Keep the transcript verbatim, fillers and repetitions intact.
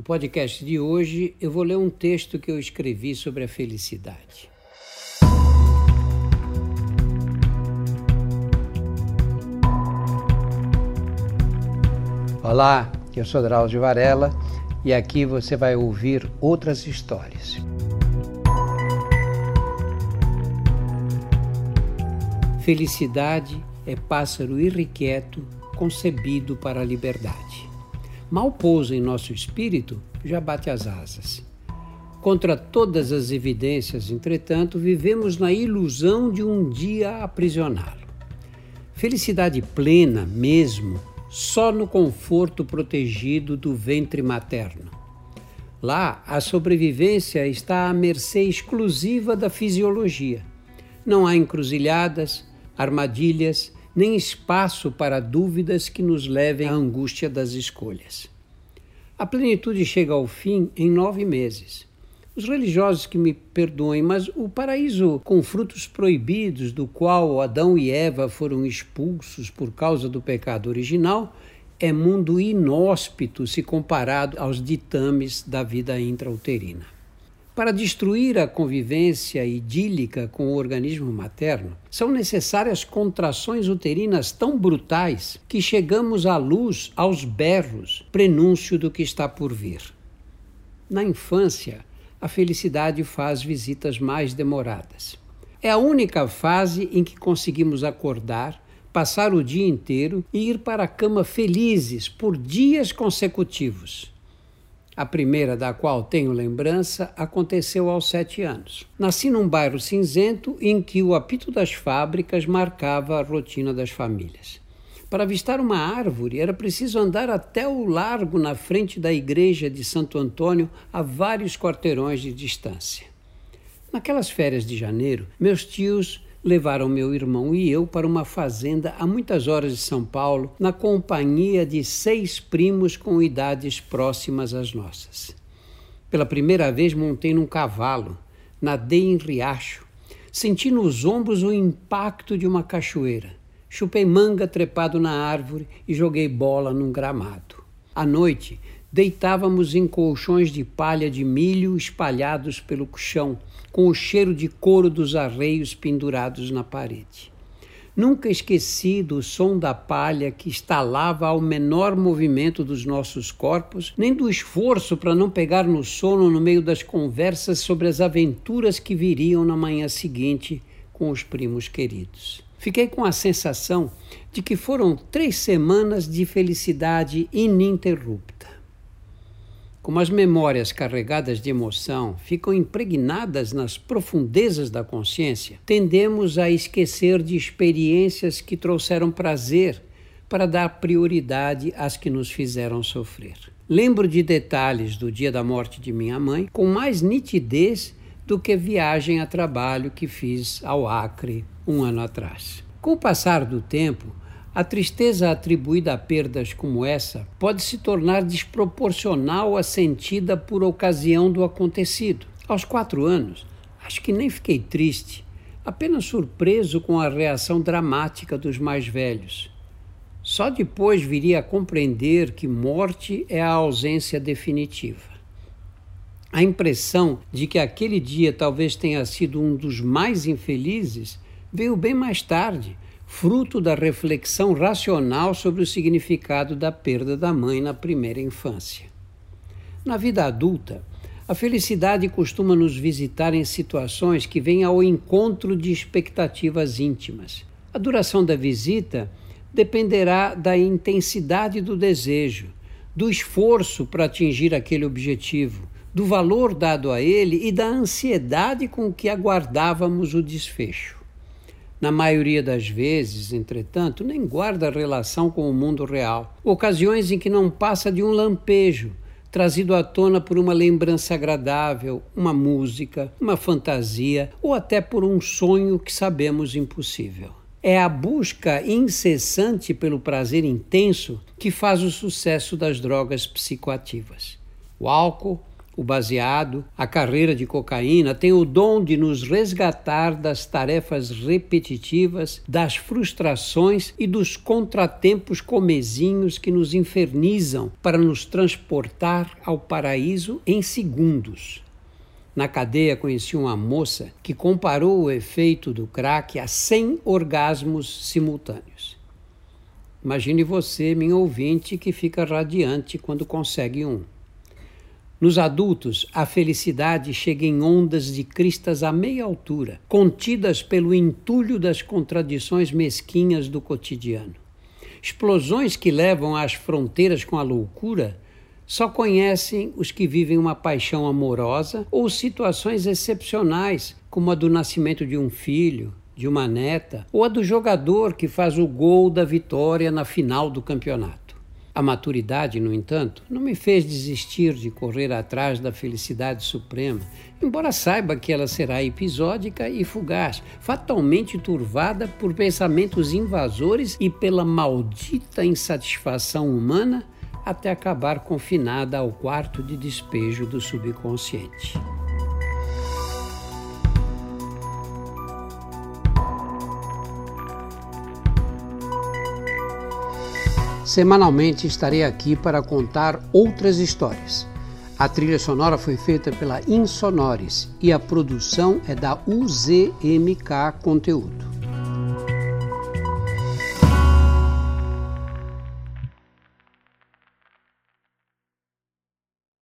No podcast de hoje, eu vou ler um texto que eu escrevi sobre a felicidade. Olá, eu sou Drauzio Varela e aqui você vai ouvir outras histórias. Felicidade é pássaro irrequieto concebido para a liberdade. Mal pousa em nosso espírito, já bate as asas. Contra todas as evidências, entretanto, vivemos na ilusão de um dia aprisioná-lo. Felicidade plena, mesmo, só no conforto protegido do ventre materno. Lá, a sobrevivência está à mercê exclusiva da fisiologia. Não há encruzilhadas, armadilhas, nem espaço para dúvidas que nos levem à angústia das escolhas. A plenitude chega ao fim em nove meses. Os religiosos que me perdoem, mas o paraíso com frutos proibidos, do qual Adão e Eva foram expulsos por causa do pecado original, é mundo inóspito se comparado aos ditames da vida intrauterina. Para destruir a convivência idílica com o organismo materno, são necessárias contrações uterinas tão brutais que chegamos à luz aos berros, prenúncio do que está por vir. Na infância, a felicidade faz visitas mais demoradas. É a única fase em que conseguimos acordar, passar o dia inteiro e ir para a cama felizes por dias consecutivos. A primeira da qual tenho lembrança aconteceu aos sete anos. Nasci num bairro cinzento em que o apito das fábricas marcava a rotina das famílias. Para avistar uma árvore era preciso andar até o largo na frente da igreja de Santo Antônio a vários quarteirões de distância. Naquelas férias de janeiro, meus tios levaram meu irmão e eu para uma fazenda a muitas horas de São Paulo, na companhia de seis primos com idades próximas às nossas. Pela primeira vez montei num cavalo, nadei em riacho, senti nos ombros o impacto de uma cachoeira, chupei manga trepado na árvore e joguei bola num gramado. À noite, deitávamos em colchões de palha de milho espalhados pelo chão, com o cheiro de couro dos arreios pendurados na parede. Nunca esqueci do som da palha que estalava ao menor movimento dos nossos corpos, nem do esforço para não pegar no sono no meio das conversas sobre as aventuras que viriam na manhã seguinte com os primos queridos. Fiquei com a sensação de que foram três semanas de felicidade ininterrupta. Como as memórias carregadas de emoção ficam impregnadas nas profundezas da consciência, tendemos a esquecer de experiências que trouxeram prazer para dar prioridade às que nos fizeram sofrer. Lembro de detalhes do dia da morte de minha mãe com mais nitidez do que viagem a trabalho que fiz ao Acre um ano atrás. Com o passar do tempo, a tristeza atribuída a perdas como essa pode se tornar desproporcional à sentida por ocasião do acontecido. Aos quatro anos, acho que nem fiquei triste, apenas surpreso com a reação dramática dos mais velhos. Só depois viria a compreender que morte é a ausência definitiva. A impressão de que aquele dia talvez tenha sido um dos mais infelizes veio bem mais tarde, fruto da reflexão racional sobre o significado da perda da mãe na primeira infância. Na vida adulta, a felicidade costuma nos visitar em situações que vêm ao encontro de expectativas íntimas. A duração da visita dependerá da intensidade do desejo, do esforço para atingir aquele objetivo, do valor dado a ele e da ansiedade com que aguardávamos o desfecho. Na maioria das vezes, entretanto, nem guarda relação com o mundo real. Ocasiões em que não passa de um lampejo, trazido à tona por uma lembrança agradável, uma música, uma fantasia ou até por um sonho que sabemos impossível. É a busca incessante pelo prazer intenso que faz o sucesso das drogas psicoativas. O álcool, O baseado, a carreira de cocaína, tem o dom de nos resgatar das tarefas repetitivas, das frustrações e dos contratempos comezinhos que nos infernizam para nos transportar ao paraíso em segundos. Na cadeia conheci uma moça que comparou o efeito do crack a cem orgasmos simultâneos. Imagine você, minha ouvinte, que fica radiante quando consegue um. Nos adultos, a felicidade chega em ondas de cristas a meia altura, contidas pelo entulho das contradições mesquinhas do cotidiano. Explosões que levam às fronteiras com a loucura só conhecem os que vivem uma paixão amorosa ou situações excepcionais, como a do nascimento de um filho, de uma neta, ou a do jogador que faz o gol da vitória na final do campeonato. A maturidade, no entanto, não me fez desistir de correr atrás da felicidade suprema, embora saiba que ela será episódica e fugaz, fatalmente turvada por pensamentos invasores e pela maldita insatisfação humana, até acabar confinada ao quarto de despejo do subconsciente. Semanalmente estarei aqui para contar outras histórias. A trilha sonora foi feita pela Insonores e a produção é da U Z M K Conteúdo.